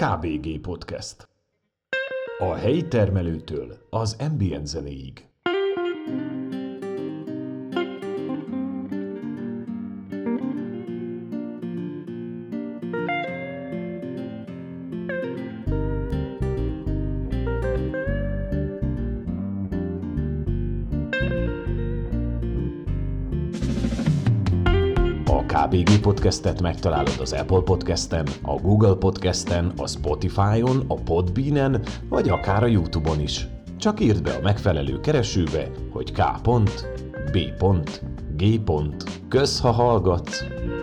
KBG Podcast. A helyi termelőtől az ambient zenéig. A KBG Podcastet megtalálod az Apple Podcasten, a Google Podcasten, a Spotify-on, a Podbeanen, vagy akár a YouTube-on is. Csak írd be a megfelelő keresőbe, hogy K.B.G. Kösz, ha hallgatsz!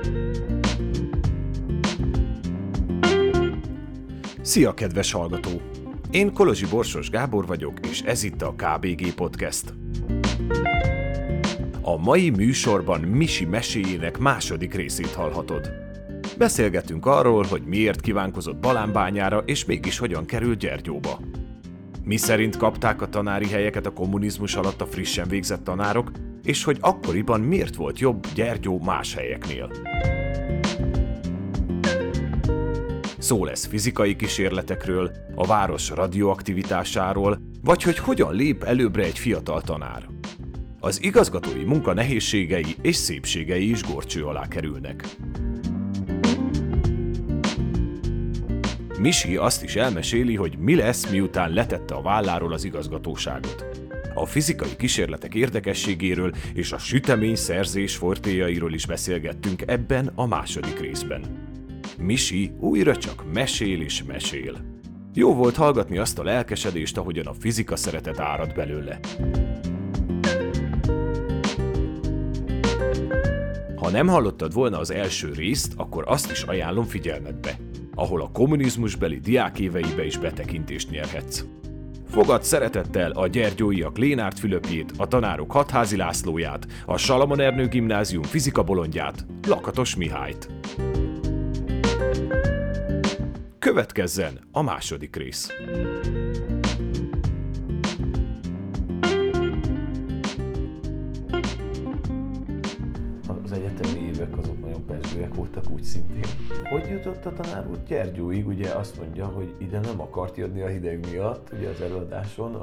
Szia, kedves hallgató! Én Kolozsi Borsos Gábor vagyok, és ez itt a KBG Podcast. A mai műsorban Misi meséjének második részét hallhatod. Beszélgetünk arról, hogy miért kívánkozott Balánbányára, és mégis hogyan került Gyergyóba. Mi szerint kapták a tanári helyeket a kommunizmus alatt a frissen végzett tanárok, és hogy akkoriban miért volt jobb Gyergyó más helyeknél. Szó lesz fizikai kísérletekről, a város radioaktivitásáról, vagy hogy hogyan lép előbbre egy fiatal tanár. Az igazgatói munka nehézségei és szépségei is górcső alá kerülnek. Misi azt is elmeséli, hogy mi lesz, miután letette a válláról az igazgatóságot. A fizikai kísérletek érdekességéről és a sütemény szerzés fortéjairól is beszélgettünk ebben a második részben. Misi újra csak mesél és mesél. Jó volt hallgatni azt a lelkesedést, ahogyan a fizika szeretet árad belőle. Ha nem hallottad volna az első részt, akkor azt is ajánlom figyelmedbe, ahol a kommunizmusbeli diákéveibe is betekintést nyerhetsz. Fogad szeretettel a gyergyóiak Lénárt Fülöpjét, a tanárok Hatházi Lászlóját, a Salamon Ernő Gimnázium fizika bolondját, Lakatos Mihályt. Következzen a második rész. Az egyetemi évek azok nagyon pezsgőek voltak úgy szintén. Hogy jutott a tanár úr Gyergyóig? Ugye azt mondja, hogy ide nem akart jönni a hideg miatt, ugye az előadáson,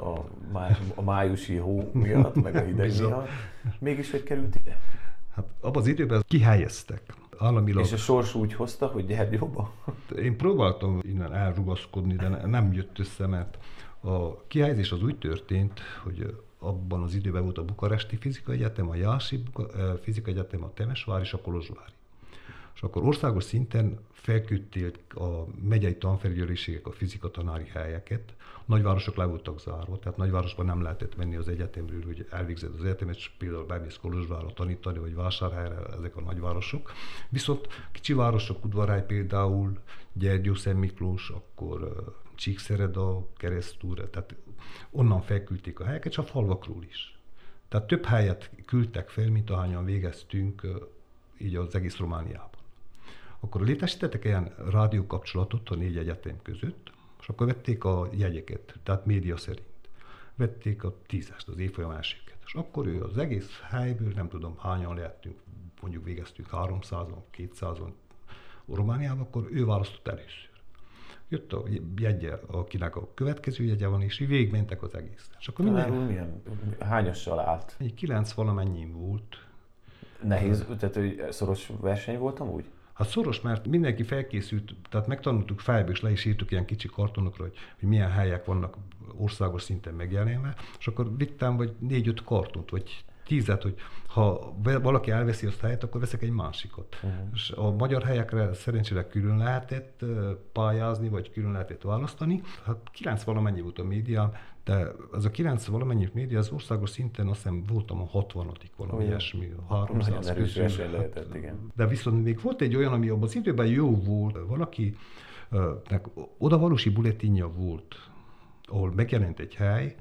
a májusi hó miatt, meg a hideg miatt. Mégis hogy került ide? Hát abban az időben kihelyeztek. Államilag. És a sors úgy hozta, hogy Gyergyóba? Én próbáltam innen elrugaszkodni, de nem jött össze, mert a kihelyezés az úgy történt, hogy abban az időben volt a Bukaresti Fizika Egyetem, a Jászai Fizika Egyetem, a Temesvári és a Kolozsvári. És akkor országos szinten felküldték a megyei tanfelügyelőségek a fizika tanári helyeket. Nagyvárosok le voltak zárva, tehát nagyvárosban nem lehetett menni az egyetemről, hogy elvégzed az egyetemet, és például bemész Kolozsvárra tanítani, vagy Vásárhelyre, ezek a nagyvárosok. Viszont kicsi városok, Udvarhely például, Gyergyó, Szentmiklós, akkor Csíkszereda, Keresztúr, tehát onnan felküldték a helyeket, és a falvakról is. Tehát több helyet küldtek fel, mint ahányan végeztünk így az egész Romániában. Akkor létesítettek ilyen rádiókapcsolatot a 4 egyetem között, és akkor vették a jegyeket, tehát média szerint. Vették a 10-est, az évfolyam elsőket. És akkor ő az egész helyből, nem tudom hányan lehettünk, mondjuk végeztünk 300-on, 200-on Romániában, akkor ő választott először. Jött a jegye, akinek a következő jegye van, és így végigmentek az egész. És akkor milyen hányassal állt? 9 valamennyi volt. Nehéz, tehát hogy szoros verseny volt amúgy? Hát szoros, mert mindenki felkészült, tehát megtanultuk fejből, és le is írtuk ilyen kicsi kartonokra, hogy milyen helyek vannak országos szinten megjelenve, és akkor vittem vagy 4-5 kartont, vagy 10-et, hogy ha valaki elveszi azt a helyet, akkor veszek egy másikat. És a magyar helyekre szerencsére külön lehetett pályázni, vagy külön lehetett választani. Hát 9 valamennyi volt a média, de ez a 9 valamennyi média az országos szinten azt hiszem voltam a 60. valami ilyesmi, 300 közül. Lehetett, igen. De viszont még volt egy olyan, ami abban az időben jó volt, valakinek odavalósi bulletinja volt, ahol megjelent egy hely,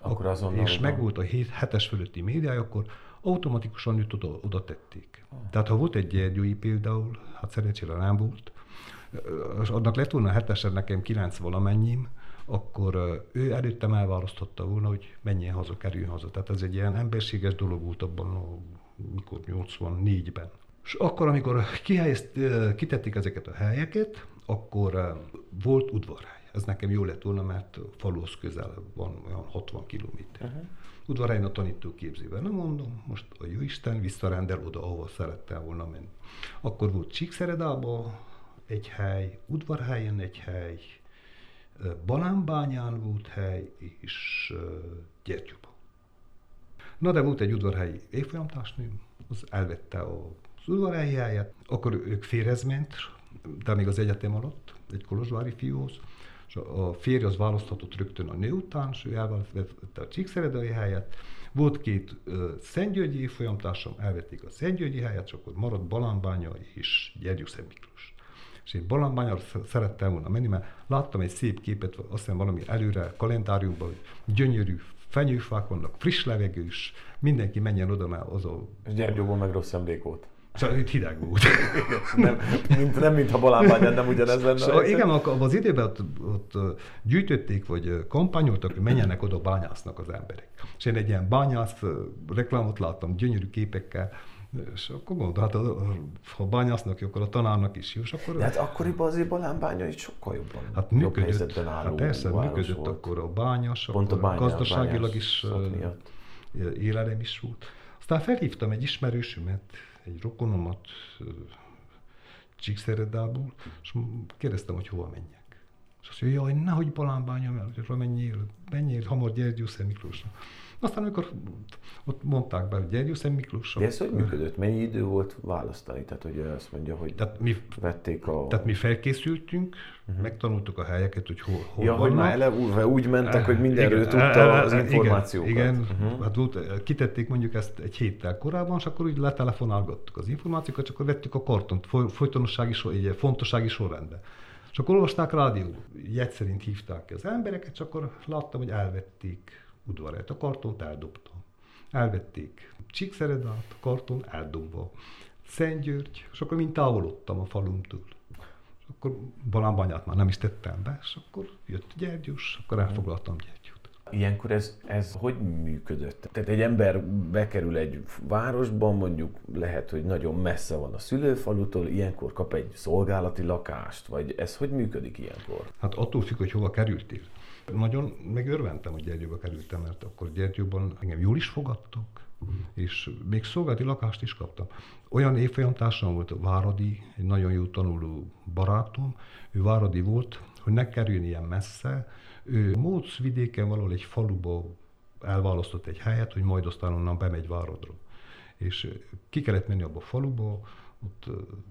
és megvolt a 7-es fölötti médiája, akkor automatikusan őt oda tették. Tehát ha volt egy gyergyói például, hát szerencsére nem volt, és annak lett volna 7-esen nekem 9 valamennyim, akkor ő előttem elválasztotta volna, hogy menjen haza, kerüljön haza. Tehát ez egy ilyen emberséges dolog volt abban, mikor 84-ben. És akkor, amikor kitették ezeket a helyeket, akkor volt udvarhely. Ez nekem jó lett volna, mert faluhoz közel van olyan 60 kilométer. Uh-huh. Udvarhelyen a tanítóképzőben, nem mondom, most a jóisten visszarendel oda, ahol szerettem volna menni. Akkor volt Csíkszeredában egy hely, Udvarhelyen egy hely, Balánbányán volt hely, és Gyergyóban. Na de volt egy udvarhelyi évfolyamtársnő, az elvette az udvarhelyi helyet, akkor ők férjhez ment, de még az egyetem alatt, egy kolozsvári fiúhoz, és a férj az választhatott rögtön a nő után, és ő elvette a Csíkszeredai helyet. Volt két szentgyörgyi évfolyamtársam, elvették a szentgyörgyi helyet, és akkor maradt Balánbánya és Gyergyó-Szent Miklós. És én Balánbányára szerettem volna menni, mert láttam egy szép képet, azt hiszem valami előre kalendáriumban, hogy gyönyörű fenyőfák vannak, friss levegős, mindenki menjen oda, mert az a... És Gyergyóban meg rossz emlék volt. Csak itt hideg volt. nem mintha Balánbányán nem ugyanez lenne. Szóval igen, az időben ott gyűjtötték, vagy kampányoltak, hogy menjenek oda, bányásznak az emberek. És én egy ilyen bányász reklámot láttam, gyönyörű képekkel, és akkor mondta, hát ha bányásznak, akkor a tanárnak is jó. Akkor... De hát akkoriban azért Balánbánya is sokkal jobban jobb helyzetben álló hát persze, működött volt. Akkor a bányás, pont akkor gazdaságilag is élelem is volt. Aztán felhívtam egy ismerősömet, egy rokonomat Csíkszeredából, és kérdeztem, hogy hova menjek. És azt mondja, jaj, nehogy Balánbánya, mert menjél hamar Gyergyó-Szent Miklósra. Aztán amikor ott mondták be, hogy Gyergyó-Szent Miklósra. De ez hogy működött? Mennyi idő volt választani? Tehát, hogy azt mondja, hogy vették a... Tehát mi felkészültünk, megtanultuk a helyeket, hogy hol vannak. Hogy már eleve úgy mentek, hogy mindenről tudta az információkat. Igen, hát kitették mondjuk ezt egy héttel korábban, és akkor úgy letelefonálgattuk az információkat, és akkor vettük a kartont, folytonossági, fontossági sorrendben. És akkor olvasták rádióban, jegy szerint hívták ki az embereket, és akkor láttam, hogy elvették Udvarhelyet, a kartont eldobtam. Elvették Csíkszeredát, a karton eldobva. Szentgyörgy, és akkor mind távolodtam a falumtól. És akkor Balánbányát már nem is tettem be, és akkor jött Gyergyós, akkor elfoglaltam Gyergyót. Ilyenkor ez hogy működött? Tehát egy ember bekerül egy városban, mondjuk lehet, hogy nagyon messze van a szülőfalutól, ilyenkor kap egy szolgálati lakást, vagy ez hogy működik ilyenkor? Hát attól függ, hogy hova kerültél. Nagyon megörventem, hogy Gyergyóba kerültem, mert akkor Gyergyóban engem jól is fogadtak, és még szolgálati lakást is kaptam. Olyan évfolyamtársam volt a Váradi, egy nagyon jó tanuló barátom, ő Váradi volt, hogy ne kerüljön ilyen messze. Ő Mócvidéken valahol egy faluba elválasztott egy helyet, hogy majd aztán onnan bemegy Váradra. És ki kellett menni abba a faluba, ott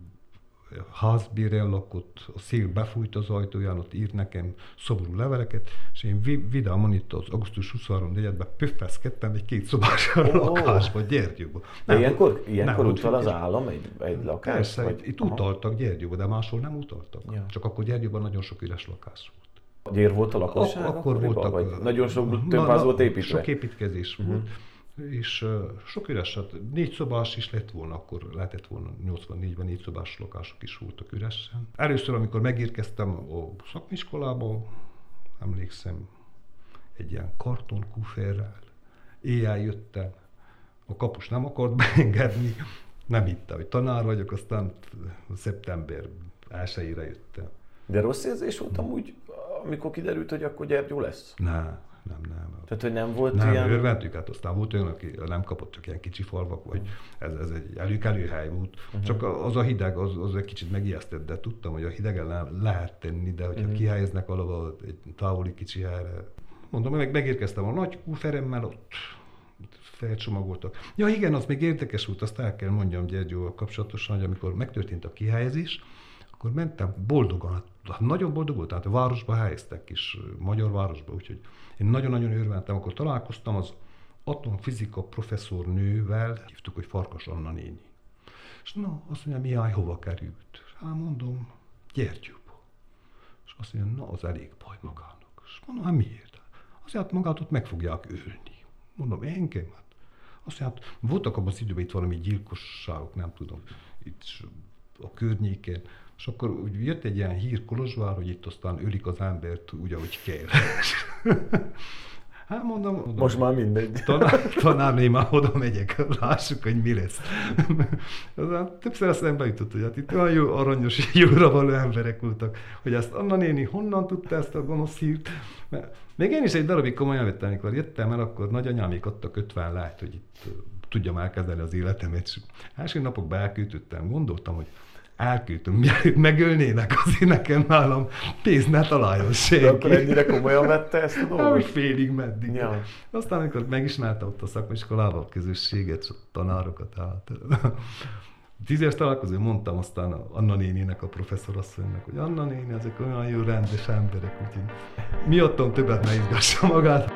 házbérrel lakott, a szél befújt az ajtóján, ott írt nekem szomorú leveleket, és én vidáman itt az augusztus 23-4-ben pöffeszkedtem egy 2 szobás lakásba, Gyergyóba. De ilyenkor utal az állam egy lakást? Persze, vagy? Itt utaltak Gyergyóba, de máshol nem utaltak. Ja. Csak akkor Gyergyóban nagyon sok üres lakás volt. Gyér volt a lakosság? Akkor voltak. Vagy nagyon sok több ház volt építve? Sok építkezés volt. És sok üres, hát 4 szobás is lett volna, akkor lehetett volna 84-ben 4 szobás lakások is voltak üresen. Először, amikor megérkeztem a szakmiskolába, emlékszem, egy ilyen kartonkúferrel, éjjel jöttem, a kapus nem akart beengedni, nem hitte, hogy tanár vagyok, aztán szeptember 1-ére jöttem. De rossz érzés volt amúgy, amikor kiderült, hogy akkor Gyergyó lesz? Nem. Tehát, hogy nem volt nem, ilyen... örventük, hát aztán volt olyan, aki nem kapott, csak ilyen kicsi falvak, vagy ez egy előkelő hely volt. Csak az a hideg, az egy kicsit megijesztett, de tudtam, hogy a hidegen lehet tenni, de hogyha kihelyeznek valahol egy távoli kicsi helyre. Mondom, megérkeztem a nagy kúferemmel, ott felcsomagoltak. Ja igen, az még érdekes volt, azt el kell mondjam Gyergyóval kapcsolatosan, hogy amikor megtörtént a kihelyezés, akkor mentem boldogan, nagyon boldog volt, tehát a városba helyeztek is, magyar városba, úgyhogy én nagyon-nagyon örventem, akkor találkoztam az atomfizika professzor nővel, hívtuk, hogy Farkas Anna néni. És na, azt mondja, Mihály hova került? Hát mondom, Gyergyóba. És azt mondja, na, az elég baj magának. És mondom, hát miért? Azt mondja, magát ott meg fogják ölni. Mondom, engem? Hát. Azt mondja, hát voltak abban az időben itt valami gyilkosságok, nem tudom, itt a környéken. És akkor úgy jött egy ilyen hír Kolozsvár, hogy itt aztán ölik az embert úgy, ahogy kell. Hát mondom most már mindegy. Tanárné, már oda megyek, lássuk, hogy mi lesz. Aztán többször eszembe jutott, hogy hát itt olyan jó, aranyos, jóra való emberek voltak, hogy ezt Anna néni honnan tudta ezt a gonosz hírt. Mert még én is egy darabig komolyan vettem, amikor jöttem el, akkor nagyanyámék adtak 50 lányt, hogy itt tudjam elkezdeni az életemet. Első napokban elküldöttem, gondoltam, hogy elküldtem, mielőtt megölnének, azért nekem nálam pénzt ne találjon senki. De akkor ennyire komolyan vette ezt a dolgot? Úgy félig meddig. Ja. Aztán, amikor megismerte ott a szakmaiskolával a közösséget, a tanárokat, hát 10 éves találkozón mondtam aztán Anna néninek, a professzorasszonynak, hogy Anna néni, ezek olyan jó rendes emberek, úgyhogy miattam többet ne izgassa magát.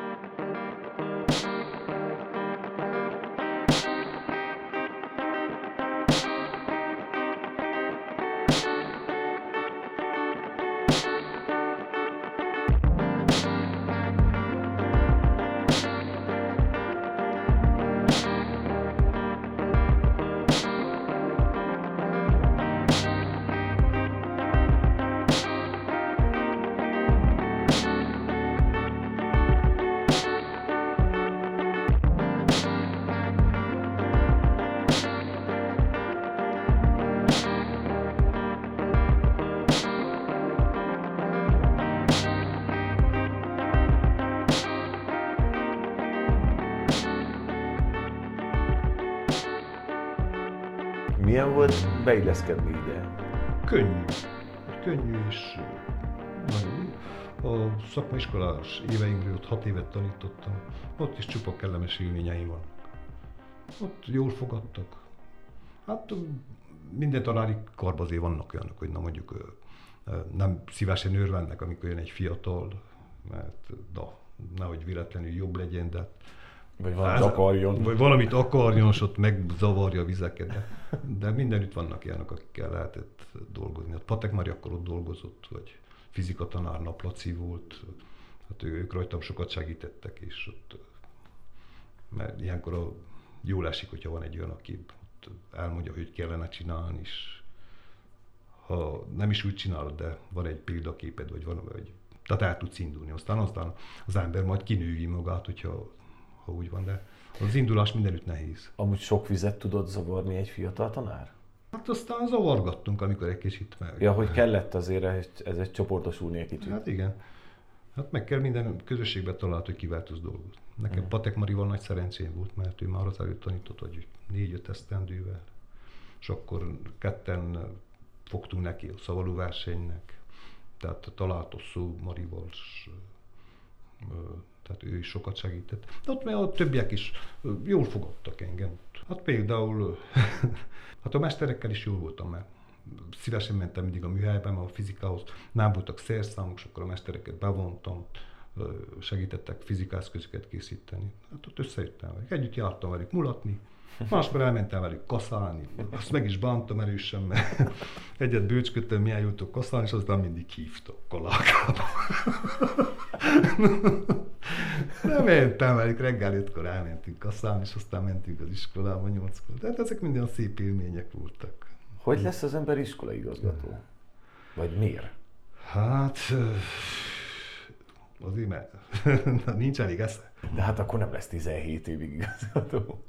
Milyen volt beilleszkedni ide? Könnyű és a szakmaiskolás éveimről ott 6 évet tanítottam, ott is csupa kellemes élményeim van. Ott jól fogadtak. Hát minden tanári karban azért vannak olyanok, hogy na mondjuk nem szívesen örvennek, amikor jön egy fiatal, mert nehogy véletlenül jobb legyen, de vagy valamit akarjon. Vagy valamit akarjon, és ott megzavarja a vizeket. De mindenütt vannak ilyenek, akikkel lehetett dolgozni. Hát Patek Mari akkor ott dolgozott, vagy fizika tanár, Naplaci volt. Hát ők rajtam sokat segítettek, és ott, mert ilyenkor jól esik, hogyha van egy olyan, aki elmondja, hogy kellene csinálni, és ha nem is úgy csinálod, de van egy példaképed, vagy tehát el tudsz indulni. Aztán az ember majd kinői magát, hogyha úgy van, de az indulás mindenütt nehéz. Amúgy sok vizet tudod zavarni egy fiatal tanár? Hát aztán zavargattunk, amikor egy kicsit meg. Ja, hogy kellett azért ez egy csoportosulni egy kicsit. Hát igen. Hát meg kell minden közösségben talált, hogy kivel tudsz dolgozni. Nekem Patek Marival nagy szerencsém volt, mert ő már az előtt tanított, hogy 4-5 esztendővel, és akkor ketten fogtunk neki a szavaló versenynek, tehát talált Osszó Marival, tehát ő is sokat segített. De ott még a többiek is jól fogadtak engem. Hát például, hát a mesterekkel is jól voltam, mert szívesen mentem mindig a műhelyben, a fizikához nem voltak szerszámok, és akkor a mestereket bevontam, segítettek fizikászközöket készíteni. Hát ott összejöttem velük, együtt jártam velük mulatni, máskor elmentem velük kaszálni, azt meg is bántam erősen, mert egyet bőcsködtem, milyen jól tudok kaszálni, és aztán mindig hívtak kalákába. De mentem velük, reggel 5-kor elmentünk kaszálni, és aztán mentünk az iskolába 8-kor. Tehát ezek minden szép élmények voltak. Hogy lesz az ember iskolaigazgató? Vagy miért? Hát azért, mert nincs elég esze. De hát akkor nem lesz 17 évig igazgató.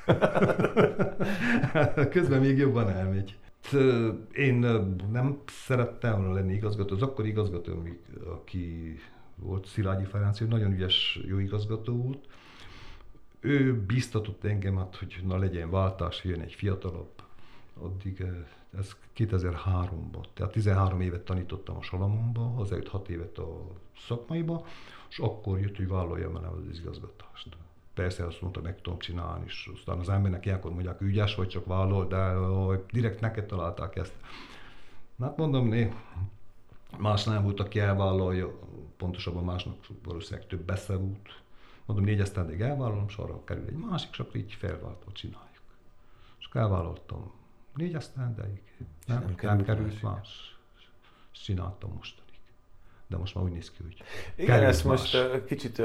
Közben még jobban elmegy. Én nem szerettem volna lenni igazgató. Az akkori igazgató, aki volt, Szilágyi Ferenc, ő nagyon ügyes, jó igazgató volt. Ő bíztatott engem, hát, hogy na legyen váltás, jön egy fiatalabb. Addig ez 2003-ban, tehát 13 évet tanítottam a Salamonba, az előtt 6 évet a szakmaiba, és akkor jött, hogy vállaljam el az igazgatást. Persze azt mondta, meg tudom csinálni, és aztán az embernek ilyenkor mondják, ügyes vagy, csak vállal, de direkt neked találták ezt. Hát mondom, más nem volt, aki elvállalja, pontosabban másnak valószínűleg több esze volt. Mondom, 4 esztendőig elvállalom, és arra kerül egy másik, és akkor így felváltva csináljuk. És elvállaltam 4 esztendeig, nem került más, és csináltam mostanig. de most már úgy néz ki, hogy igen, ezt most kicsit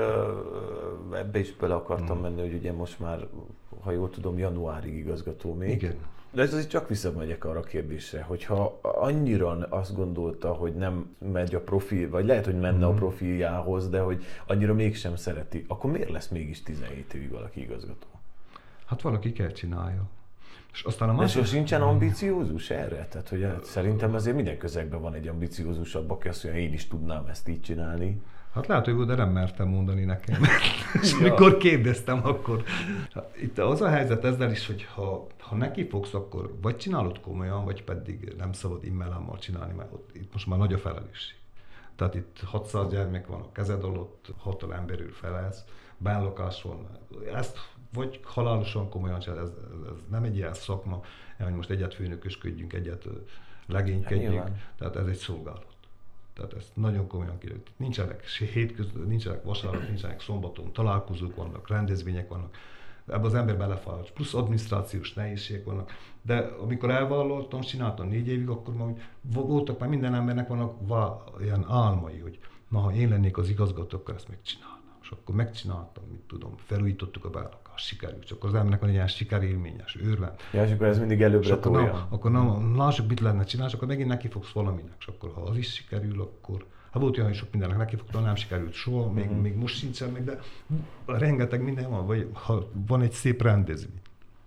ebbe is bele akartam menni, hogy ugye most már, ha jól tudom, januárig igazgató még. Igen. De ez azért csak visszamegyek arra a kérdésre, hogyha annyira azt gondolta, hogy nem megy a profil, vagy lehet, hogy menne a profiljához, de hogy annyira mégsem szereti, akkor miért lesz mégis 17 évig valaki igazgató? Hát valaki kell csinálja. És aztán a másik... De sincsen ambiciózus erre? Tehát, hogy szerintem azért minden közegben van egy ambiciózusabb, aki azt mondja, én is tudnám ezt így csinálni. Hát lehet, hogy de nem mertem mondani nekem. És amikor kérdeztem, akkor... Itt az a helyzet ezzel is, hogy ha neki fogsz, akkor vagy csinálod komolyan, vagy pedig nem szabad immelámmal csinálni, mert itt most már nagy a felelősség. Tehát itt 600 gyermek van a kezed alatt, 6 emberül felelsz, bánlakás van. Ezt vagy halálosan komolyan csinál, ez nem egy ilyen szakma, hogy most egyet főnökösködjünk, egyet legénykedjünk, tehát ez egy szolgálat. Tehát ezt nagyon komolyan kérdezik. Nincsenek hétköznap, nincsenek vasárnap, nincsenek szombaton, találkozók vannak, rendezvények vannak. Ebben az ember belefáradt, plusz adminisztrációs nehézségek vannak. De amikor elvállaltam, csináltam 4 évig, akkor már voltak, már minden embernek vannak ilyen álmai, hogy na, ha én lennék az igazgató, akkor ezt megcsinálnám. És akkor megcsináltam, mit tudom, felújítottuk a bárlakást, sikerült. És akkor az embernek van egy ilyen sikerélményes, őrlend. Ja, és akkor ez mindig előbbre tolja. Akkor lássuk, mit lehetne csinálni, és akkor megint neki fogsz valaminek. És akkor ha az is sikerül, akkor... Hát volt olyan, hogy sok mindennek neki fogtam, nem sikerült soha, még most sincsen meg, de rengeteg minden van, vagy ha van egy szép rendezvény.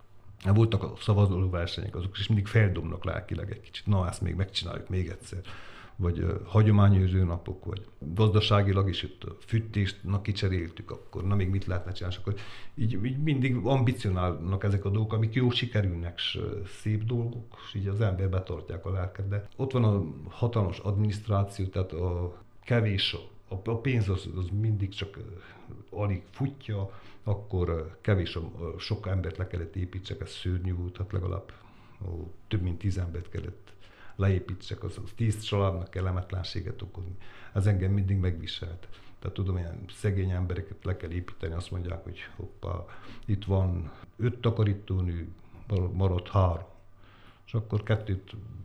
Voltak a szavazoló versenyek, azok is mindig feldobnak lelkileg egy kicsit. Na, ezt még megcsináljuk még egyszer. Vagy hagyományőrző napok, vagy gazdaságilag is itt a fűtést kicseréltük, akkor na még mit lehetne csinálni, és akkor így mindig ambicionálnak ezek a dolgok, amik jó sikerülnek, szép dolgok, és így az ember betartják a lelket, de ott van a hatalmas adminisztráció, tehát a kevés, a pénz az mindig csak alig futja, akkor kevés, sok embert le kellett építsek, ez szörnyű volt, hát legalább több mint 10 embert kellett leépítsek, az 10 családnak kellemetlenséget okozni. Ez engem mindig megviselt. Tehát tudom, ilyen szegény embereket le kell építeni, azt mondják, hogy hoppá, itt van 5 takarítónő, maradt 3, és akkor 2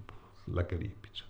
le kell építsek.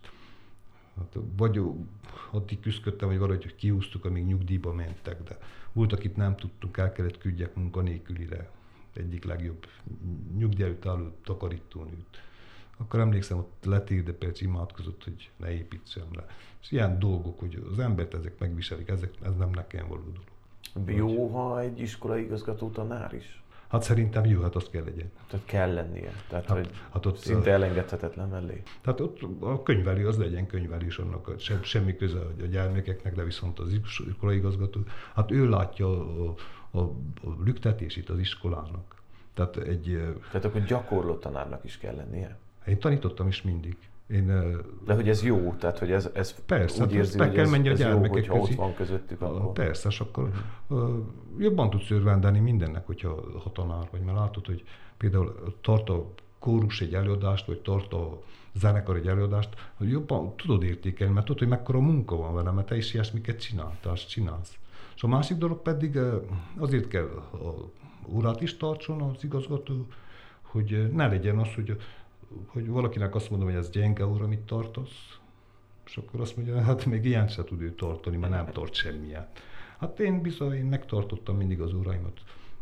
Hát, vagy addig küzdöttem, hogy valahogy kihúztuk, amíg nyugdíjba mentek, de volt, akit nem tudtunk, el kellett küldjek munkanélkülire, egyik legjobb nyugdíj előtt álló takarítónőt. Akkor emlékszem, ott letérdepelt, imádkozott, hogy ne építsem le. És ilyen dolgok, hogy az embert ezek megviselik, ez nem nekem való dolog. Jó, ha egy iskolai igazgató tanár is? Hát szerintem jó, hát azt kell legyen. Tehát kell lennie, tehát hogy ott szinte elengedhetetlen mellé. Tehát ott a könyvelő, az legyen könyvelő, és annak semmi köze a gyermekeknek, de viszont az iskolai igazgató, hát ő látja a lüktetését az iskolának. Tehát akkor gyakorló tanárnak is kell lennie? Én tanítottam is mindig. De hogy ez jó? Tehát, hogy ez persze, úgy érzi, hogy ez jó, hogyha ott van közöttük, akkor... Persze, és akkor jobban tudsz örvendeni mindennek, ha tanár vagy. Mert látod, hogy például tart a kórus egy előadást, vagy tart a zenekar egy előadást, jobban tudod értékelni, mert tudod, hogy mekkora munka van vele, mert te is ilyesmiket csinálsz. És a másik dolog pedig azért kell órát is tartson az igazgató, hogy ne legyen az, hogy valakinek azt mondom, hogy ez gyenge óra, mit tartasz, és akkor azt mondja, hát még ilyen se tud ő tartani, mert nem tart semmilyen. Hát én bizony megtartottam mindig az óráimat.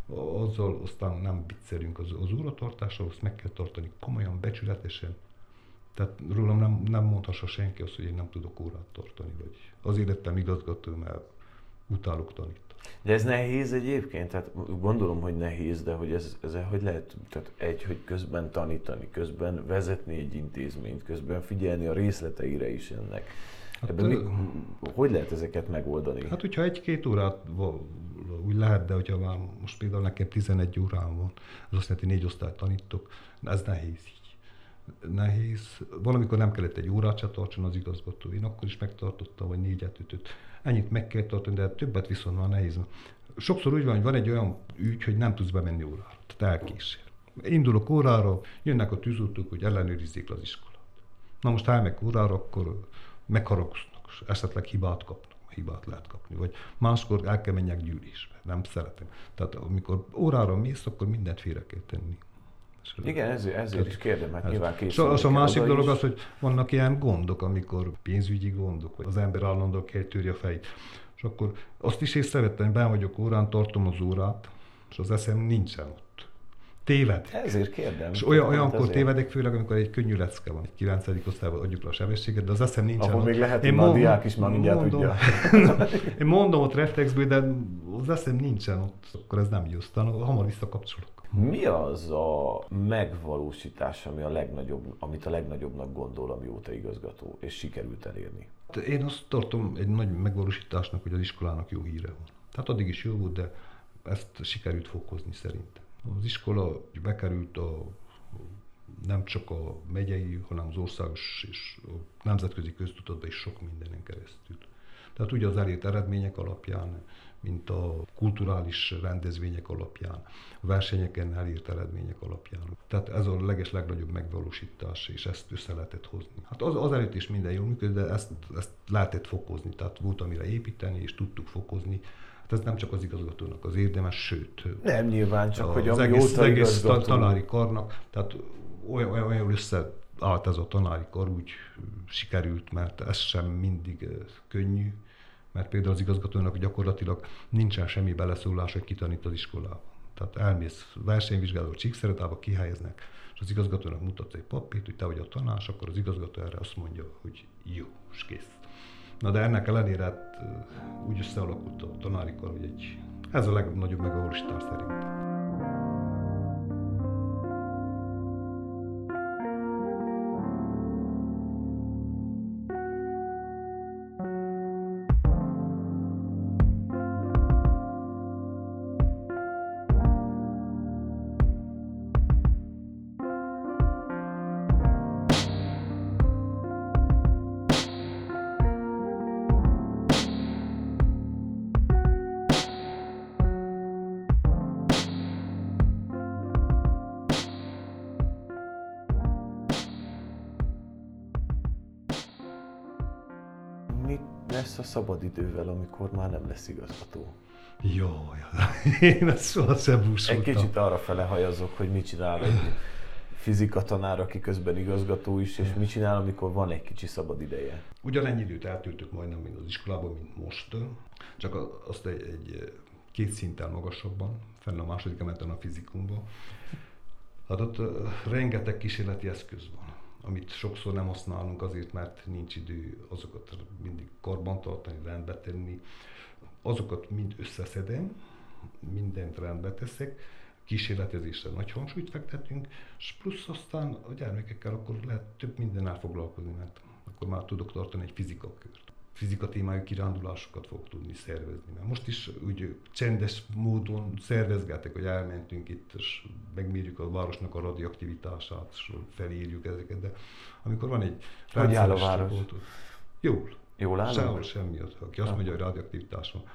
Azzal aztán nem viccelünk az óratartással, azt meg kell tartani komolyan, becsületesen. Tehát rólam nem mondhassa senki azt, hogy én nem tudok órát tartani, vagy azért lettem igazgató, mert utálok tanítani. De ez nehéz egyébként? Tehát gondolom, hogy nehéz, de hogy ez hogy lehet, tehát hogy közben tanítani, közben vezetni egy intézményt, közben figyelni a részleteire is ennek. Hát, hogy lehet ezeket megoldani? Hát, hogyha 1-2 órát úgy lehet, de hogyha már most például nekem 11 órán van, az azt jelenti, 4 osztályt tanítok, ez nehéz így. Nehéz. Valamikor nem kellett egy órát se tartson az igazgató, én akkor is megtartottam, vagy 4-5-öt. Ennyit meg kell tartani, de többet viszont már nehéz. Sokszor úgy van, hogy van egy olyan ügy, hogy nem tudsz bemenni órára, tehát elkésél. Indulok órára, jönnek a tűzoltók, hogy ellenőrizzék az iskolát. Na most ha elmegyek órára, akkor megharagoznak, és esetleg hibát kapnak, hibát lehet kapni. Vagy máskor el kell menjek gyűlésbe, nem szeretem. Tehát amikor órára mész, akkor mindent félre kell tenni. Igen, ezért is kérdem, mert nyilván készülni. A másik dolog az, hogy vannak ilyen gondok, amikor pénzügyi gondok, vagy az ember állandóan kell törje a fejét. És akkor azt is észrevettem, hogy benn vagyok órán, tartom az órát, és az eszem nincsen ott. Tévedek. Ezért kérdem. És olyankor tévedek, főleg amikor egy könnyű lecke van, egy 9. osztályban adjuk le a sebességet, de az eszem nincsen. Ahol még lehet, hogy a diák is már mindjárt tudja. Én mondom ott reflexből, de az eszem nincsen ott, akkor ez nem jó, aztán hamar visszakapcsolok. Mi az a megvalósítás, amit a legnagyobbnak gondol, amióta igazgató, és sikerült elérni? Én azt tartom egy nagy megvalósításnak, hogy az iskolának jó híre van. Tehát addig is jó volt, de ezt sikerült fokozni szerintem. Az iskola bekerült nem csak a megyei, hanem az országos és a nemzetközi köztudatba is sok mindenen keresztül. Tehát ugye az elért eredmények alapján, mint a kulturális rendezvények alapján, a versenyeken elért eredmények alapján. Tehát ez a legnagyobb megvalósítás, és ezt össze lehetett hozni. Hát az előtt is minden jól működik, de ezt lehetett fokozni, tehát volt amire építeni, és tudtuk fokozni. Hát ez nem csak az igazgatónak az érdemes, sőt... Nem nyilván, csak hogy az egész tanári karnak, tehát olyan összeállt ez a tanári kar, úgy sikerült, mert ez sem mindig könnyű, mert például az igazgatónak gyakorlatilag nincsen semmi beleszólás, hogy kitanít az iskolában. Tehát elmész versenyvizsgáló Csíkszeredába, kihelyeznek, és az igazgatónak mutatsz egy papírt, hogy te vagy a tanás, akkor az igazgató erre azt mondja, hogy jó, és kész. Na de ennek ellenére úgy összealakult a tanári kar, hogy ez a legnagyobb megvalósítás szerintem. Lesz a szabadidővel, amikor már nem lesz igazgató? Jaj, én ezt sohasem búsultam. Egy kicsit arra fele hajazok, hogy mit csinál egy fizikatanár, aki közben igazgató is, és mit csinál, amikor van egy kicsi szabad ideje? Ugyanennyi időt eltöltök majdnem, mint az iskolában, mint most, csak azt egy 2 szinten magasabban, fenn a második emeleten a fizikumban. Hát ott rengeteg kísérleti eszköz van, amit sokszor nem használunk azért, mert nincs idő azokat mindig karbantartani, rendbe tenni. Azokat mind összeszedem, mindent rendbe teszek, kísérletezésre nagy hangsúlyt fektetünk, és plusz aztán a gyermekekkel akkor lehet több mindennel foglalkozni, mert akkor már tudok tartani egy fizikakört. Fizika témájú kirándulásokat fog tudni szervezni. Mert most is úgy csendes módon szervezgetek, hogy elmentünk itt, és megmérjük a városnak a radioaktivitását, és felírjuk ezeket, de amikor van egy hogy áll a város? Jól áll? Sehol semmi. Aki azt mondja, hogy radioaktivitás van,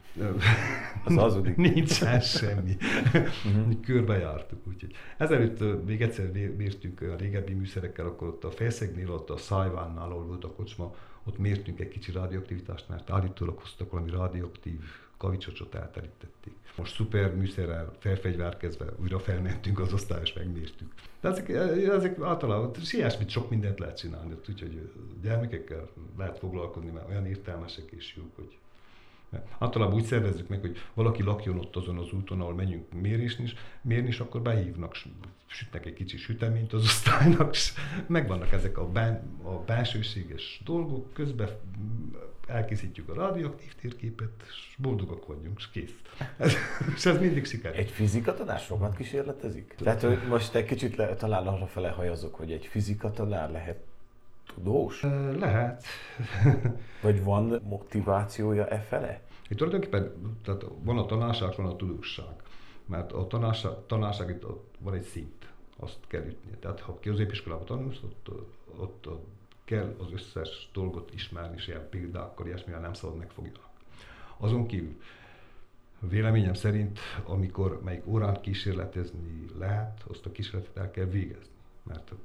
az hazudik. Nincsen semmi. Körbejártuk, úgyhogy. Ezelőtt még egyszer mértünk a régebbi műszerekkel, akkor ott a Felszegnél, ott a Szájvánnál, ahol volt a kocsma, ott mértünk egy kicsi radioaktivitást, mert állítólag hoztak valami radioaktív kavicsocsot, elterítették. Most szuper műszerrel felfegyvárkezve újra felmentünk az osztályra, és megmértük. De ezek általában ilyesmit sok mindent lehet csinálni, úgyhogy gyermekekkel lehet foglalkozni, mert olyan értelmesek és jók, hogy általában úgy szervezzük meg, hogy valaki lakjon ott azon az úton, ahol menjünk mérni, és akkor behívnak, sütnek egy kicsi süteményt az osztálynak, és megvannak ezek a bensőséges dolgok, közben elkészítjük a radioaktív térképet, és boldogak vagyunk, és kész. És ez mindig sikerül. Egy fizikatanár sokat kísérletezik? Tehát hogy most egy kicsit talán arra fele hajazok, hogy egy fizikatanár lehet tudós? Lehet. Vagy van motivációja fele? Itt tulajdonképpen tehát van a tanárság, van a tudósság. Mert a tanárság itt van egy szint, azt kell ütni. Tehát ha középiskolában tanulsz, ott kell az összes dolgot ismerni, és ilyen példákkal, ilyesmivel nem szabad megfogjanak. Azon kívül véleményem szerint, amikor melyik órán kísérletezni lehet, azt a kísérletet el kell végezni. Mert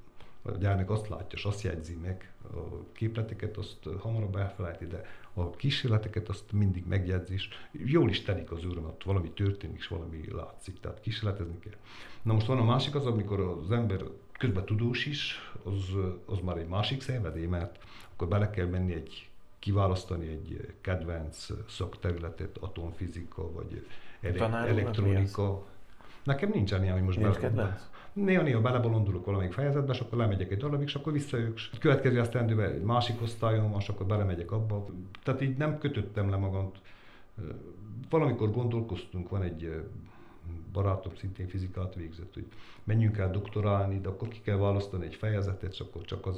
a gyermek azt látja, és azt jegyzi meg, a képleteket azt hamarabb elfelejti, de a kísérleteket azt mindig megjegyzi, és jól is telik az őrömet, valami történik, és valami látszik, tehát kísérletezni kell. Na most van a másik az, amikor az ember közben tudós is, az már egy másik szenvedély, mert akkor bele kell menni kiválasztani egy kedvenc szakterületet, atomfizika, vagy elektronika. Nekem nincsen ilyen, hogy most néha belebolondulok valamelyik fejezetbe, és akkor lemegyek egy darabig, és akkor visszajövök. A következő esztendőben egy másik osztályon van, és akkor belemegyek abba. Tehát így nem kötöttem le magam. Valamikor gondolkoztunk, van egy barátom, szintén fizikát végzett, hogy menjünk el doktorálni, de akkor ki kell választani egy fejezetet, és akkor csak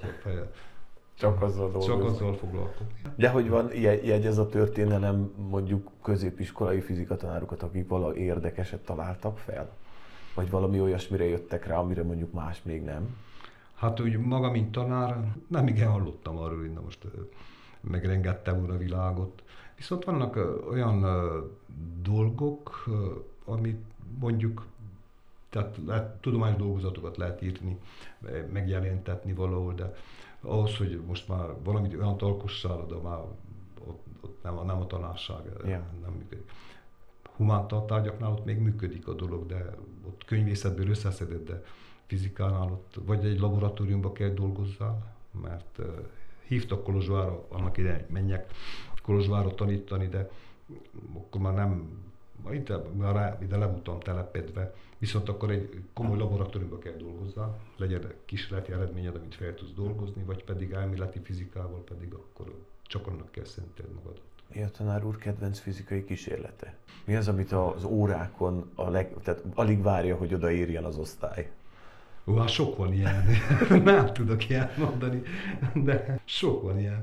azzal foglalkozni. De hogy van ez a történelem, mondjuk középiskolai fizikatanárokat, akik valami érdekeset találtak fel? Vagy valami olyasmire jöttek rá, amire mondjuk más még nem? Hát úgy maga, mint tanár, nem igen hallottam arról, hogy na most megrengettem volna a világot. Viszont vannak olyan dolgok, amit mondjuk, tehát tudományos dolgozatokat lehet írni, megjelentetni valahol, de ahhoz, hogy most már valamit olyan alkossál, de már ott nem a tanárság nem működik. Humántantárgyaknál ott még működik a dolog, de ott könyvészetből összeszedett, de fizikánál ott vagy egy laboratóriumba kell dolgozzál, mert hívtak Kolozsvárra, annak idején, hogy menjek Kolozsvárra tanítani, de akkor már nem, ide le voltam telepedve, viszont akkor egy komoly laboratóriumba kell dolgozzál, legyen kísérleti eredményed, amit fel tudsz dolgozni, vagy pedig elméleti fizikával, pedig akkor csak annak kell szentelni magadat. Mi a tanár úr kedvenc fizikai kísérlete? Mi az, amit az órákon tehát alig várja, hogy odaérjen az osztály? Hát sok van ilyen, nem tudok ilyet mondani, de sok van ilyen.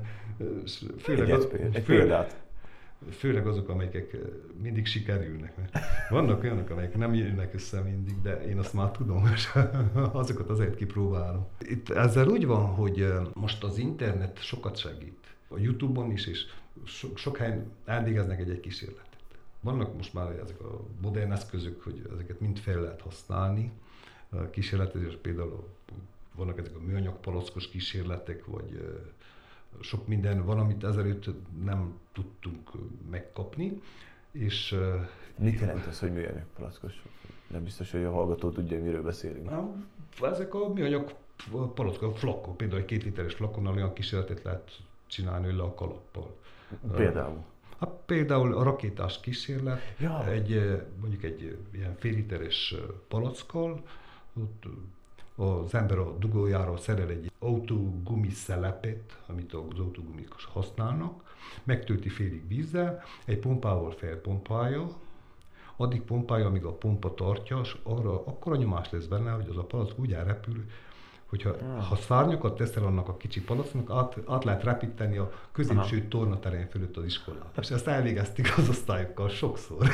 Egy példát. Főleg azok, amelyek mindig sikerülnek. Vannak olyanok, amelyek nem jönnek össze mindig, de én azt már tudom, és azokat azért kipróbálom. Itt ezzel úgy van, hogy most az internet sokat segít. A YouTube-on is, és sok helyen elvégeznek egy kísérletet. Vannak most már ezek a modern eszközök, hogy ezeket mind fel lehet használni. Kísérletezés például vannak ezek a műanyag palackos kísérletek, vagy sok minden van, amit ezelőtt nem tudtunk megkapni. És, mit jelent az, hogy műanyag palackos? Nem biztos, hogy a hallgató tudja, miről beszélünk. Ezek a műanyag palackok, flakon, például egy 2 literes flakonnal olyan kísérletet lehet csinálni le a kalappal. Például? Hát például a rakétás kísérlet, mondjuk egy ilyen fél literes palackkal, ott az ember a dugójára szerel egy autógumi szelepet, amit az autógumik használnak, megtölti félig vízzel, egy pompával felpompálja, addig pompálja, amíg a pompa tartja, és arra akkora nyomás lesz benne, hogy az a palack úgy elrepül, hogyha szárnyakat teszel annak a kicsi palacknak, át lehet repíteni a középső tornaterén fölött az iskolát. És ezt elvégezték az osztályokkal sokszor.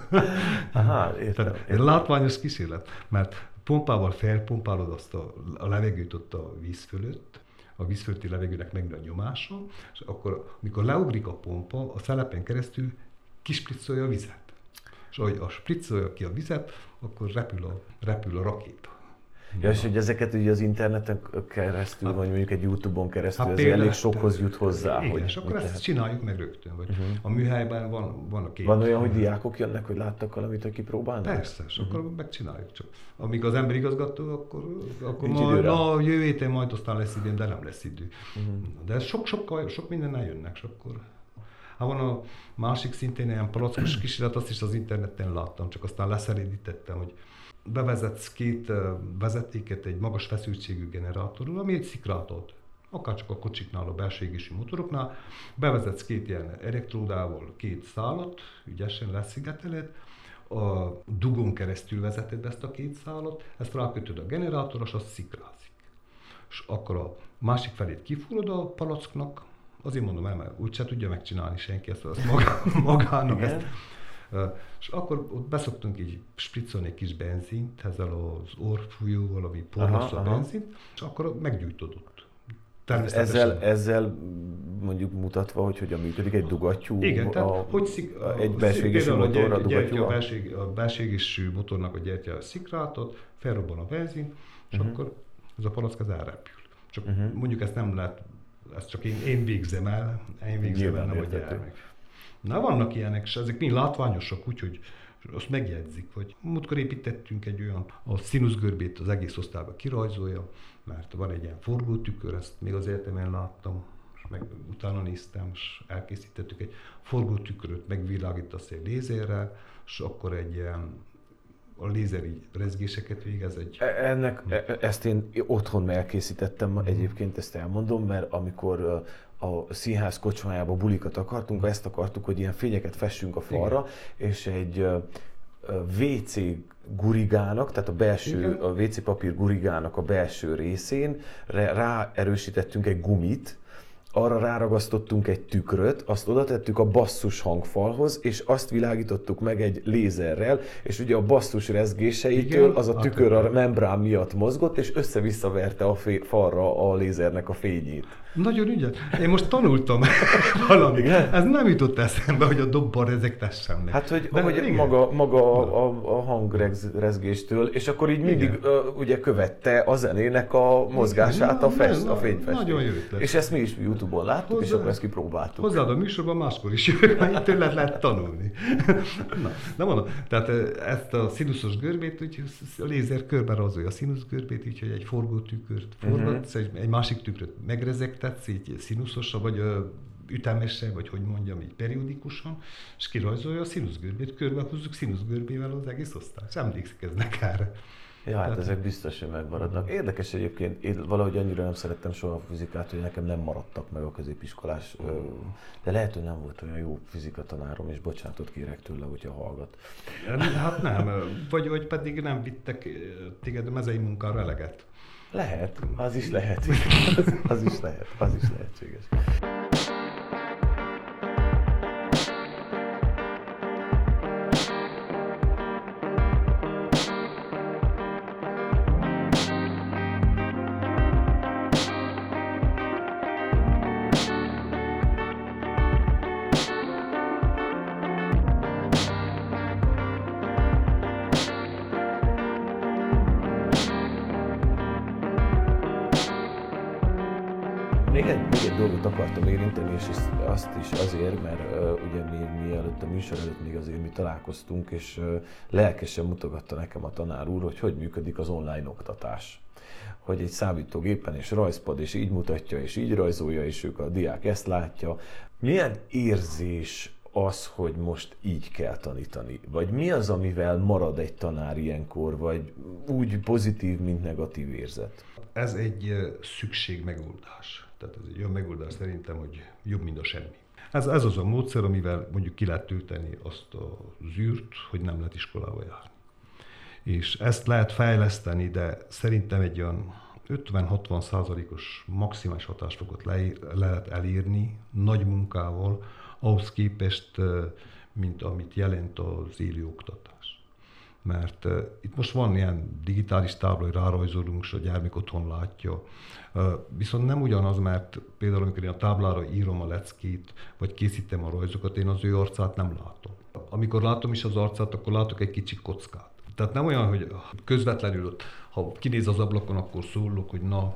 Értem. Egy látványos kísérlet, mert pompával felpompálod azt a levegőt ott a víz fölött, a víz fölötti levegőnek megnő a nyomása, és akkor, amikor leugrik a pompa, a szelepen keresztül kispriccolja a vizet. És ahogy a spriccolja ki a vizet, akkor repül a rakéta. Ja, és hogy ezeket ugye az interneten keresztül, vagy mondjuk egy YouTube-on keresztül, ez elég sokhoz jut hozzá. Igen, és akkor ezt csináljuk meg rögtön. Vagy a műhelyben van a Van olyan, hogy diákok jönnek, hogy láttak valamit, hogy kipróbálnak? Persze, és akkor megcsináljuk csak. Amíg az ember igazgató, akkor jövő héten majd aztán lesz időm, de nem lesz idő. De sok mindennel jönnek, és akkor... Hát van a másik szintén ilyen palackos kísérlet, azt is az interneten láttam, csak aztán leszeredítettem, hogy bevezetsz 2 vezetéket egy magas feszültségű generátorról, ami egy szikrát ad. Akárcsak a kocsiknál, a belső égésű motoroknál, bevezetsz 2 ilyen elektródával 2 szálat, ügyesen leszigeteled, a dugón keresztül vezeted ezt a 2 szálat, ezt rákötöd a generátorra, és az szikrázik. És akkor a másik felét kifúrod a palacknak, azért mondom el, mert úgyse tudja megcsinálni senki ezt magának. Ezt. És akkor ott beszoktunk így spriccolni egy kis benzint, ezzel az orrfújóval, ami porlassza a benzint, és akkor meggyújtod ott. Ezzel mondjuk mutatva, hogy hogyan működik egy dugattyú, igen, egy belső égésű motorra dugattyúval? A belső égésű motornak a gyertya a szikrátot, felrobban a benzin, és akkor ez a palack elrepül. Csak mondjuk ezt nem lehet, ezt csak én végzem el, nem adják meg. Na, vannak ilyenek, és ezek mind látványosak, úgyhogy azt megjegyzik, hogy múltkor építettünk egy olyan, a színuszgörbét az egész osztályba kirajzolja, mert van egy ilyen forgótükör, ezt még az egyetemen láttam, és meg utána néztem, és elkészítettük egy forgótükröt, megvilágítasz egy lézerrel, és akkor egy ilyen a lézer így rezgéseket végez egy... Ezt én otthon elkészítettem, egyébként ezt elmondom, mert amikor a színház kocsmájába bulikat akartunk, ezt akartuk, hogy ilyen fényeket fessünk a falra, igen. És egy WC gurigának, tehát a WC papír gurigának a belső részén ráerősítettünk egy gumit, arra ráragasztottunk egy tükröt, azt oda tettük a basszus hangfalhoz, és azt világítottuk meg egy lézerrel, és ugye a basszus rezgéseitől az a tükör a membrán miatt mozgott, és össze-vissza verte a falra a lézernek a fényét. Nagyon ügyes. Én most tanultam valamit. Ez nem jutott eszembe, hogy a dobban rezegtessem meg. Hát, hogy maga a hangrezgéstől, és akkor így mindig ugye követte a zenének a mozgását a fényfestés. Nagyon jó ötlet. És ezt mi is YouTube-on láttuk, és akkor ezt kipróbáltuk. Hozzáad a műsorban máskor is jövök, mert tőled lehet tanulni. Na mondom, tehát ezt a színuszos görbét, úgy a lézer körbe rajzolja a színuszgörbét, úgyhogy egy forgótükröt forgatsz, egy másik tükröt megrezegtetsz, így színuszosra, vagy ütemesen, vagy hogy mondjam, így periódikusan, és kirajzolja a színuszgörbét, körbehúzzuk színuszgörbével az egész osztályt. És emlékeznek erre. Ja, hát ezek biztos, hogy megmaradnak. Érdekes egyébként, én valahogy annyira nem szerettem soha a fizikát, hogy nekem nem maradtak meg a középiskolás, de lehet, hogy nem volt olyan jó fizikatanárom, és bocsánatot kérek tőle, hogyha hallgat. Hát nem, vagy pedig nem vittek téged a mezei munkára eleget. Lehet, az is lehet. Az is lehetséges. Még egy dolgot akartam érinteni, és azt is azért, mert ugye mielőtt a műsor előtt még azért mi találkoztunk, és lelkesen mutogatta nekem a tanár úr, hogy működik az online oktatás. Hogy egy számítógépen és rajzpad, és így mutatja, és így rajzolja, és a diák ezt látja. Milyen érzés az, hogy most így kell tanítani? Vagy mi az, amivel marad egy tanár ilyenkor, vagy úgy pozitív, mint negatív érzet? Ez egy szükségmegoldás. Tehát ez egy olyan megoldás szerintem, hogy jobb, mint a semmi. Ez az a módszer, amivel mondjuk ki lehet tölteni azt az űrt, hogy nem lehet iskolába járni. És ezt lehet fejleszteni, de szerintem egy olyan 50-60%-os maximális hatásfokot lehet elérni nagy munkával, ahhoz képest, mint amit jelent az élő oktatás. Mert itt most van ilyen digitális tábla, hogy rárajzolunk, és a gyermek otthon látja. Viszont nem ugyanaz, mert például amikor én a táblára írom a leckét, vagy készítem a rajzokat, én az ő arcát nem látom. Amikor látom is az arcát, akkor látok egy kicsi kockát. Tehát nem olyan, hogy közvetlenül ott, ha kinéz az ablakon, akkor szólok, hogy na,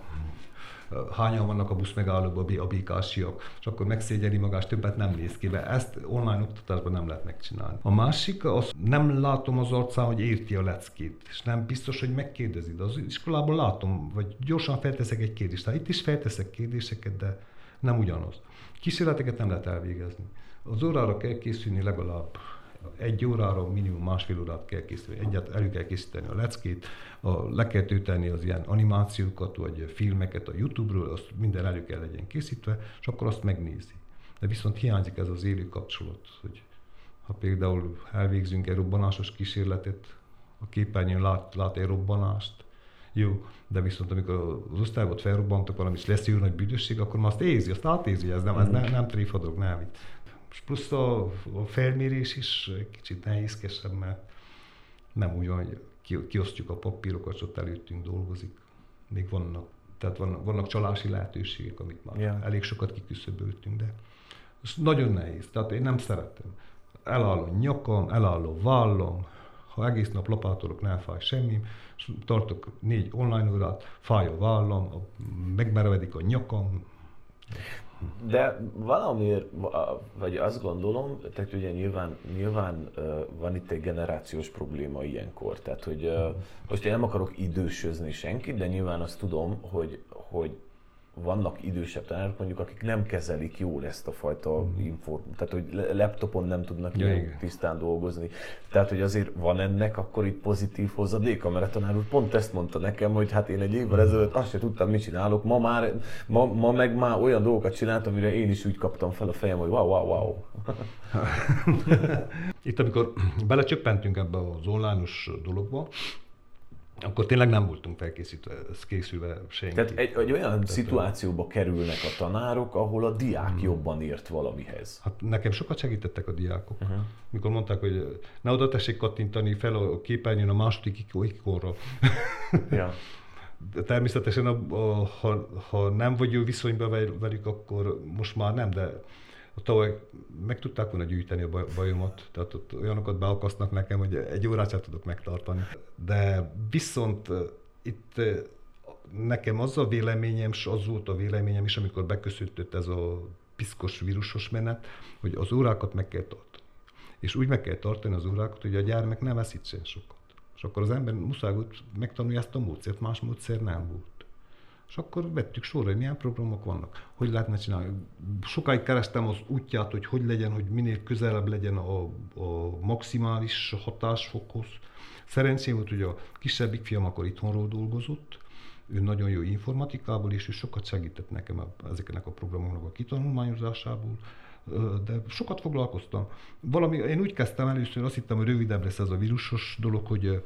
hányan vannak a buszmegállóban a békásiak, és akkor megszégyeli magát, többet nem néz ki be. Ezt online oktatásban nem lehet megcsinálni. A másik, az nem látom az arcán, hogy érti a leckét, és nem biztos, hogy megkérdezi. De az iskolában látom, vagy gyorsan felteszek egy kérdést. Hát itt is felteszek kérdéseket, de nem ugyanaz. Kísérleteket nem lehet elvégezni. Az órára kell készülni legalább 1 órára, minimum 1,5 órát kell készíteni, elő kell készíteni a leckét, le kell tölteni az ilyen animációkat, vagy filmeket a YouTube-ról, azt minden elő kell legyen készítve, és akkor azt megnézi. De viszont hiányzik ez az élő kapcsolat, hogy ha például elvégzünk egy robbanásos kísérletet, a képernyőn lát egy robbanást, jó, de viszont amikor az osztályban felrobbantak valami, és lesz jó nagy büdösség, akkor már azt érzi, azt átézi, ez nem tréfadog, nem. És plusz a felmérés is kicsit nehézkesebb, mert nem úgy van, hogy kiosztjuk a papírokat, és ott előttünk dolgozik. Még vannak csalási lehetőségek, amit már elég sokat kiküszöböltünk, de ez nagyon nehéz. Tehát én nem szeretem. Eláll a nyakam, eláll a vállam, Ha egész nap lapátolok, nem fáj semmi, tartok 4 online órát, fáj a vállam, megmerevedik a nyakam. De valamiért, vagy azt gondolom, tehát ugye nyilván van itt egy generációs probléma ilyenkor, tehát hogy most én nem akarok idősözni senkit, de nyilván azt tudom, hogy vannak idősebb tanárok mondjuk, akik nem kezelik jól ezt a fajta tehát hogy laptopon nem tudnak tisztán dolgozni. Tehát, hogy azért van ennek akkor itt pozitív hozadéka, mert a tanár úr pont ezt mondta nekem, hogy hát én egy évvel ezelőtt azt sem tudtam, mit csinálok, ma meg már olyan dolgokat csináltam, amire én is úgy kaptam fel a fejem, hogy wow. Itt amikor belecsöppentünk ebbe az online-os dologba, akkor tényleg nem voltunk felkészülve senki. Tehát egy olyan szituációba kerülnek a tanárok, ahol a diák jobban ért valamihez. Hát nekem sokat segítettek a diákok. Mikor mondták, hogy ne oda tessék kattintani fel a képernyőn a második ikonra. Ja. Természetesen, ha nem vagy jó viszonyban velük, akkor most már nem, de tavaly meg tudták volna gyűjteni a bajomat, tehát ott olyanokat beakasztnak nekem, hogy 1 órát sem tudok megtartani. De viszont itt nekem az a véleményem, és az volt a véleményem is, amikor beköszöntött ez a piszkos vírusos menet, hogy az órákat meg kell tartani. És úgy meg kell tartani az órákat, hogy a gyermek ne veszítsen sokat. És akkor az ember muszáj volt megtanulni ezt a módszert, más módszer nem volt. És akkor vettük sorra, hogy milyen programok vannak, hogy lehetne csinálni. Sokáig kerestem az útját, hogy legyen, hogy minél közelebb legyen a maximális hatásfokhoz. Szerencsém volt, hogy a kisebbik fiam akkor itthonról dolgozott, ő nagyon jó informatikából, és ő sokat segített nekem ezeknek a programoknak a kitanulmányozásából, de sokat foglalkoztam. Én úgy kezdtem először, azt hittem, hogy rövidebb lesz ez a vírusos dolog, hogy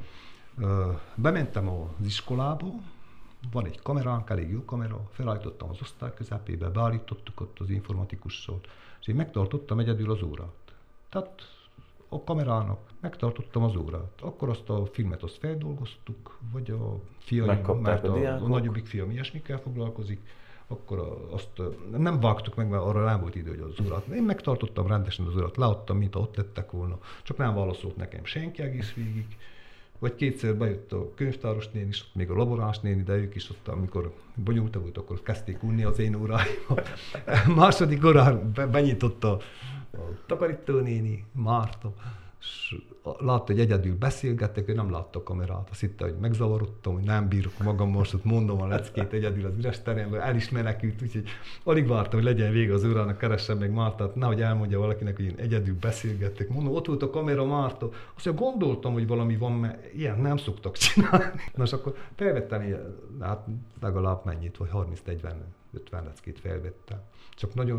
bementem az iskolába, van egy kameránk, elég jó kamera, felállítottam az osztály közepébe, beállítottuk ott az informatikussal, és én megtartottam egyedül az órát. Tehát a kamerának megtartottam az órát. Akkor azt a filmet feldolgoztuk, vagy a fiaim, mert a nagyobbik fiam ilyesmikkel foglalkozik, akkor azt nem vágtuk meg, mert arra nem volt idő, hogy az órát. Én megtartottam rendesen az órát, leadtam, mint ott lettek volna, csak nem válaszolt nekem senki egész végig. Vagy kétszer bejött a könyvtáros néni is, még a laboráns néni, de ők is ott, amikor bonyolultabb volt, akkor kezdték unni az én óráimat. Második órán benyitotta a takarító néni, Márta, és látta, hogy egyedül beszélgettek, ő nem látta a kamerát. Azt hitte, hogy megzavarodtam, hogy nem bírok magam most, ott mondom a leckét egyedül az üres teremben, el is menekült, úgyhogy alig vártam, hogy legyen vége az órának, keressem meg Mártát, nehogy elmondja valakinek, hogy én egyedül beszélgettek. Mondom, ott volt a kamera, Márta. Azt mondja, gondoltam, hogy valami van, mert ilyen nem szoktak csinálni. Nos, akkor felvettem, hát legalább mennyit, vagy 30-40-50 leckét felvettem. Csak nagyon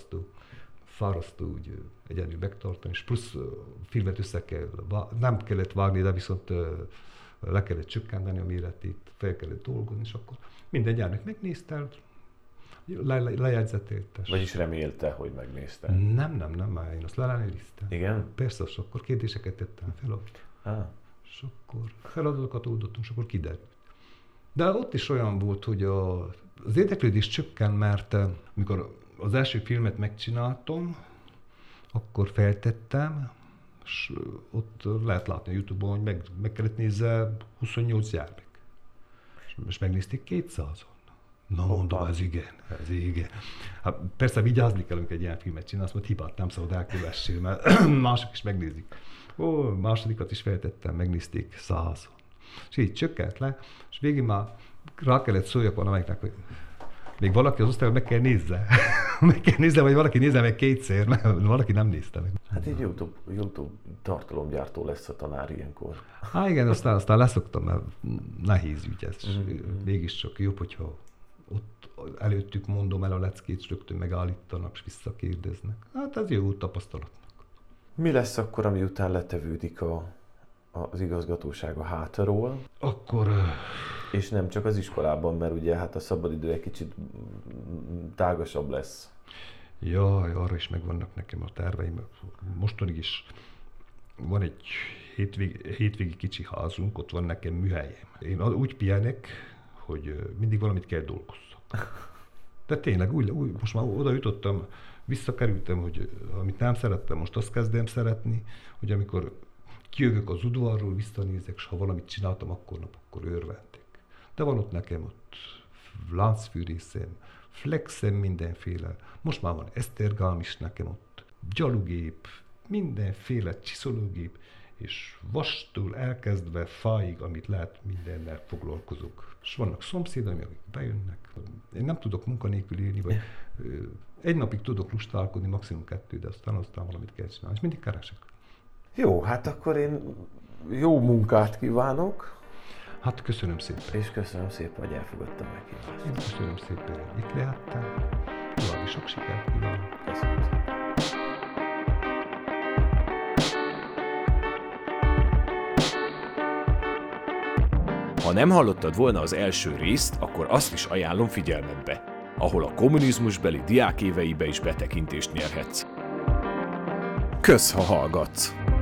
fárasztó úgy egyedül megtartani, és plusz filmet nem kellett vágni, de viszont le kellett csökkenteni a méretét, fel kellett dolgozni, és akkor minden gyermek megnézte, lejegyzetelte. Vagyis remélte, hogy megnézte? Nem, én azt leellenőriztem. Igen? Persze, és akkor kérdéseket tettem fel, és akkor feladatokat oldottunk, és akkor kiderült. De ott is olyan volt, hogy az érdeklődés csökken, mert amikor az első filmet megcsináltam, akkor feltettem, és ott lehet látni a YouTube-on, hogy meg kellett nézze 28 gyermek. És megnézték 200-on. Na mondom, ez igen. Hát persze vigyázni kell, amikor egy ilyen filmet csinálsz, mert hibát nem szabad elkövessél, mert mások is megnézik. Másodikat is feltettem, megnézték 100-on. És így csökkent le, és végén már rá kellett szóljak valamelyiknek, hogy még valaki az osztályban meg kell nézze, vagy valaki nézze meg kétszer, mert valaki nem nézte meg. Hát egy YouTube tartalomgyártó lesz a tanár ilyenkor. Igen, aztán leszoktam, mert nehéz ügy ez. Mégiscsak jobb, hogyha ott előttük mondom el a leckét, és rögtön megállítanak, és visszakérdeznek. Hát ez jó tapasztalatnak. Mi lesz akkor, ami után letevődik az igazgatóság a hátról? Akkor... És nem csak az iskolában, mert ugye hát a szabadidő egy kicsit tágasabb lesz. Jaj, arra is megvannak nekem a terveim. Mostanig is van egy hétvégi kicsi házunk, ott van nekem műhelyem. Én úgy pihenek, hogy mindig valamit kell dolgozzak. De tényleg, úgy most már oda jutottam, visszakerültem, hogy amit nem szerettem, most azt kezdem szeretni, hogy amikor kijövök az udvarról, visszanézek, és ha valamit csináltam, akkor örvendik. De van ott nekem láncfűrészem, flexem mindenféle, most már van esztergálm is nekem ott, gyalugép, mindenféle csiszológép, és vastól elkezdve fáig, amit lehet, mindennel foglalkozok. És vannak szomszédaim, akik bejönnek. Én nem tudok munkanélkül élni, vagy egy napig tudok lustálkodni, maximum 2, de aztán valamit kell csinálni, és mindig keresek. Jó, hát akkor én jó munkát kívánok. Hát köszönöm szépen. És köszönöm szépen, hogy elfogadtam meghívást. Én köszönöm szépen, hogy itt lehettem. További sok sikert kívánok. Köszönöm szépen. Ha nem hallottad volna az első részt, akkor azt is ajánlom figyelmedbe, ahol a kommunizmusbeli diákéveibe is betekintést nyerhetsz. Kösz, ha hallgatsz!